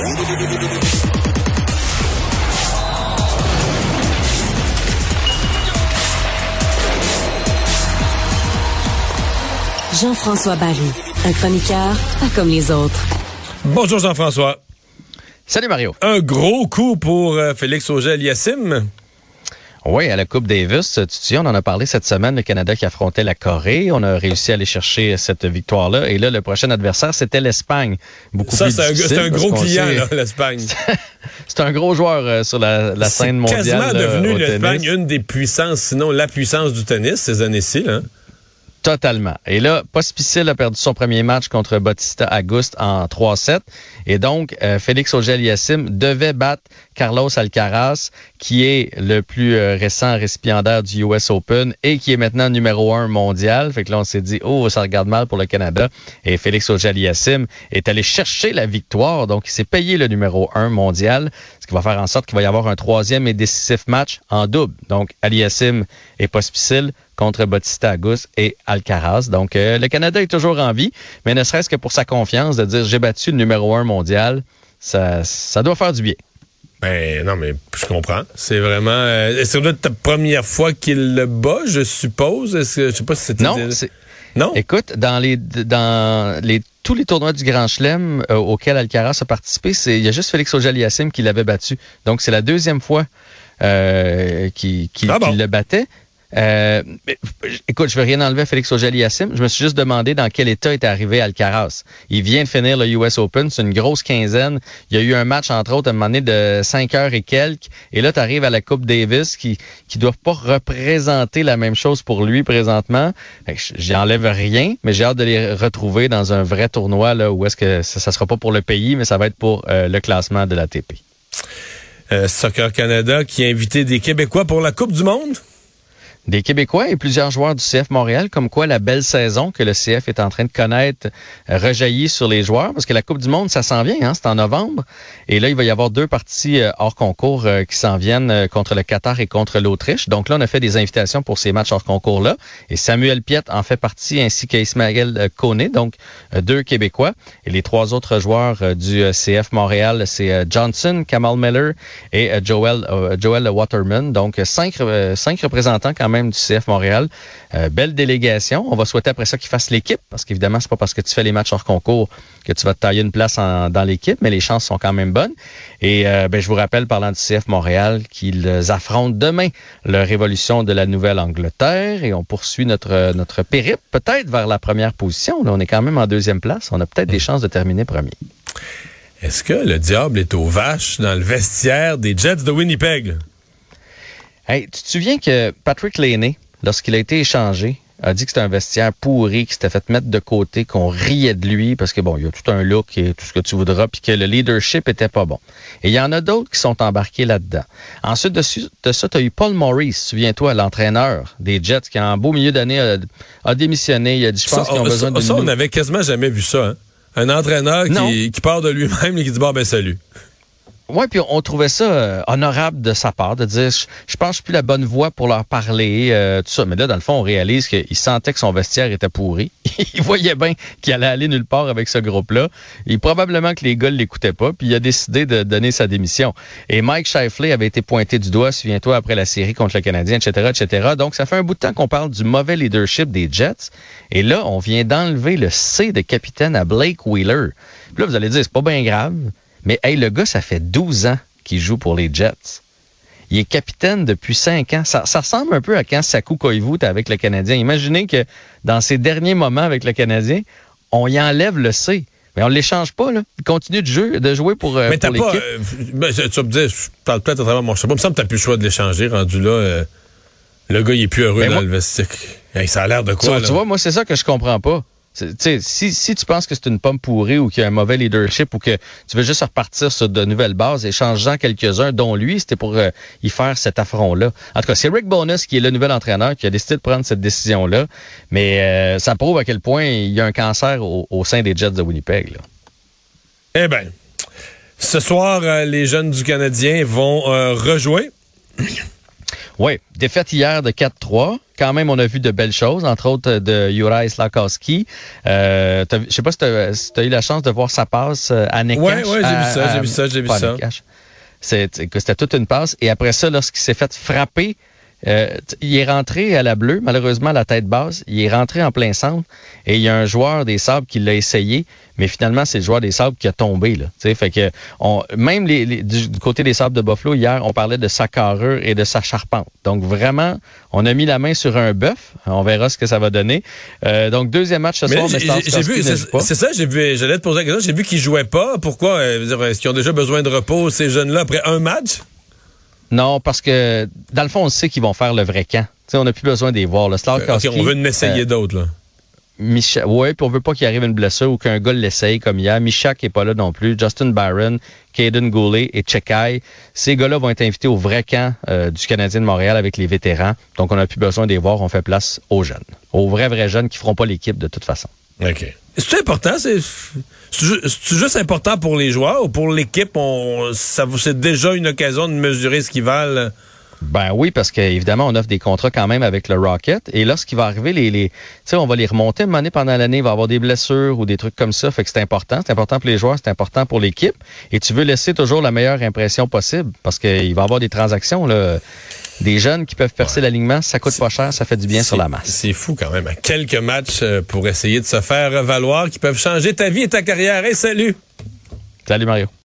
Jean-François Barry, un chroniqueur pas comme les autres. Bonjour Jean-François. Salut Mario. Un gros coup pour Félix Auger-Aliassime. Oui, à la Coupe Davis, tu te souviens, on en a parlé cette semaine, le Canada qui affrontait la Corée. On a réussi à aller chercher cette victoire-là. Et là, le prochain adversaire, c'était l'Espagne. C'est un gros client, là, l'Espagne. C'est un gros joueur sur la scène mondiale. C'est quasiment devenu l'Espagne tennis. une des puissances, sinon la puissance du tennis ces années-ci, là. Totalement. Et là, Pospisil a perdu son premier match contre Bautista Agut en 3-7. Et donc, Félix Auger-Aliassime devait battre Carlos Alcaraz, qui est le plus récent récipiendaire du US Open et qui est maintenant numéro 1 mondial. Fait que là, on s'est dit, oh, ça regarde mal pour le Canada. Et Félix Auger-Aliassime est allé chercher la victoire. Donc, il s'est payé le numéro 1 mondial, ce qui va faire en sorte qu'il va y avoir un troisième et décisif match en double. Donc, Aliassime et Pospisil contre Bautista Agut et Alcaraz. Donc, le Canada est toujours en vie, mais ne serait-ce que pour sa confiance de dire « j'ai battu le numéro 1 mondial », ça doit faire du bien. Ben non, mais je comprends. C'est vraiment... c'est peut-être ta première fois qu'il le bat, je suppose. Est-ce que, je sais pas si c'était... Non? Écoute, tous les tournois du Grand Chelem auxquels Alcaraz a participé, il y a juste Félix Auger-Aliassime qui l'avait battu. Donc, c'est la deuxième fois qu'il le battait. Écoute, je veux rien enlever à Félix Auger-Aliassime. Je me suis juste demandé dans quel état était arrivé Alcaraz. Il vient de finir le US Open, c'est une grosse quinzaine. Il y a eu un match, entre autres, à un moment donné de 5 heures et quelques. Et là, tu arrives à la Coupe Davis qui doit pas représenter la même chose pour lui présentement. J'enlève rien, mais j'ai hâte de les retrouver dans un vrai tournoi là où est-ce que ça sera pas pour le pays, mais ça va être pour le classement de l'ATP. Soccer Canada qui a invité des Québécois pour la Coupe du Monde. Des Québécois et plusieurs joueurs du CF Montréal, comme quoi la belle saison que le CF est en train de connaître rejaillit sur les joueurs, parce que la Coupe du Monde, ça s'en vient, hein, c'est en novembre. Et là, il va y avoir 2 parties hors concours qui s'en viennent contre le Qatar et contre l'Autriche. Donc là, on a fait des invitations pour ces matchs hors concours-là. Et Samuel Piette en fait partie, ainsi qu'Ismaël Koné, donc 2 Québécois. Et les 3 autres joueurs du CF Montréal, c'est Johnson, Kamal Miller et Joel Waterman. Donc 5 représentants quand même du CF Montréal. Belle délégation. On va souhaiter après ça qu'ils fassent l'équipe, parce qu'évidemment, c'est pas parce que tu fais les matchs hors concours que tu vas te tailler une place dans l'équipe, mais les chances sont quand même bonnes. Et je vous rappelle, parlant du CF Montréal, qu'ils affrontent demain la Révolution de la Nouvelle-Angleterre et on poursuit notre périple, peut-être vers la première position. Là, on est quand même en 2e place. On a peut-être des chances de terminer premier. Est-ce que le diable est aux vaches dans le vestiaire des Jets de Winnipeg? Hey, tu te souviens que Patrick Laine, lorsqu'il a été échangé, a dit que c'était un vestiaire pourri, qu'il s'était fait mettre de côté, qu'on riait de lui parce que bon, il y a tout un look et tout ce que tu voudras, puis que le leadership était pas bon. Et il y en a d'autres qui sont embarqués là-dedans. Ensuite de ça, tu as eu Paul Maurice, souviens-toi, l'entraîneur des Jets, qui en beau milieu d'année a démissionné. Il a dit, je pense qu'ils ont besoin de... Ça, on n'avait quasiment jamais vu ça, hein? Un entraîneur qui part de lui-même et qui dit, bon, ben salut. Oui, puis on trouvait ça honorable de sa part, de dire, je pense que je suis plus la bonne voix pour leur parler, tout ça. Mais là, dans le fond, on réalise qu'il sentait que son vestiaire était pourri. Il voyait bien qu'il allait aller nulle part avec ce groupe-là. Et probablement que les gars ne l'écoutaient pas, puis il a décidé de donner sa démission. Et Mike Scheifele avait été pointé du doigt, souviens-toi, après la série contre le Canadien, etc., etc. Donc, ça fait un bout de temps qu'on parle du mauvais leadership des Jets. Et là, on vient d'enlever le C de capitaine à Blake Wheeler. Puis là, vous allez dire, c'est pas bien grave. Mais hey, le gars, ça fait 12 ans qu'il joue pour les Jets. Il est capitaine depuis 5 ans. Ça ressemble un peu à quand Sakou Koivu était avec le Canadien. Imaginez que dans ses derniers moments avec le Canadien, on y enlève le C. Mais on ne l'échange pas, là. Il continue de jouer pour mais t'as l'équipe. pas... tu vas me dire, je parle peut-être à travers mon chapeau. Il me semble que t'as plus le choix de l'échanger. Rendu là, le gars, il est plus heureux dans le vestiaire. Hey, ça a l'air de quoi, là? Tu vois, moi, c'est ça que je comprends pas. Si tu penses que c'est une pomme pourrie ou qu'il y a un mauvais leadership ou que tu veux juste repartir sur de nouvelles bases, échangeant quelques-uns, dont lui, c'était pour y faire cet affront-là. En tout cas, c'est Rick Bowness qui est le nouvel entraîneur qui a décidé de prendre cette décision-là. Mais ça prouve à quel point il y a un cancer au sein des Jets de Winnipeg, là. Eh bien, ce soir, les jeunes du Canadien vont rejouer. Oui, défaite hier de 4-3. quand même, on a vu de belles choses, entre autres de Juraj Slafkovský. Je sais pas si tu as eu la chance de voir sa passe à Nekash. Oui, j'ai vu ça. C'était toute une passe. Et après ça, lorsqu'il s'est fait frapper, il est rentré à la bleue, malheureusement à la tête basse. Il est rentré en plein centre et il y a un joueur des Sabres qui l'a essayé, mais finalement, c'est le joueur des Sabres qui a tombé. Là. Fait que même du côté des Sabres de Buffalo, hier, on parlait de sa carrure et de sa charpente. Donc vraiment, on a mis la main sur un bœuf. On verra ce que ça va donner. Donc deuxième match ce soir, mais j'ai vu, c'est ça, j'allais te poser la question, j'ai vu qu'ils jouaient pas. Pourquoi? Est-ce qu'ils ont déjà besoin de repos, ces jeunes-là, après un match? Non, parce que dans le fond, on sait qu'ils vont faire le vrai camp. T'sais, on n'a plus besoin de les voir. Okay, on veut en essayer d'autres, là. Oui, puis on veut pas qu'il arrive une blessure ou qu'un gars l'essaye comme hier. Michak n'est pas là non plus. Justin Byron, Caden Goulet et Chekai. Ces gars-là vont être invités au vrai camp du Canadien de Montréal avec les vétérans. Donc, on n'a plus besoin de les voir. On fait place aux jeunes. Aux vrais jeunes qui feront pas l'équipe de toute façon. OK. C'est important? C'est juste important pour les joueurs ou pour l'équipe? C'est déjà une occasion de mesurer ce qu'ils valent? Ben oui, parce qu'évidemment, on offre des contrats quand même avec le Rocket. Et lorsqu'il va arriver, tu sais, on va les remonter une année pendant l'année. Il va y avoir des blessures ou des trucs comme ça. Fait que c'est important. C'est important pour les joueurs, c'est important pour l'équipe. Et tu veux laisser toujours la meilleure impression possible parce qu'il va y avoir des transactions, là. Des jeunes qui peuvent percer l'alignement, ça coûte pas cher, ça fait du bien sur la masse. C'est fou quand même. Quelques matchs pour essayer de se faire valoir qui peuvent changer ta vie et ta carrière. Hey, salut! Salut Mario.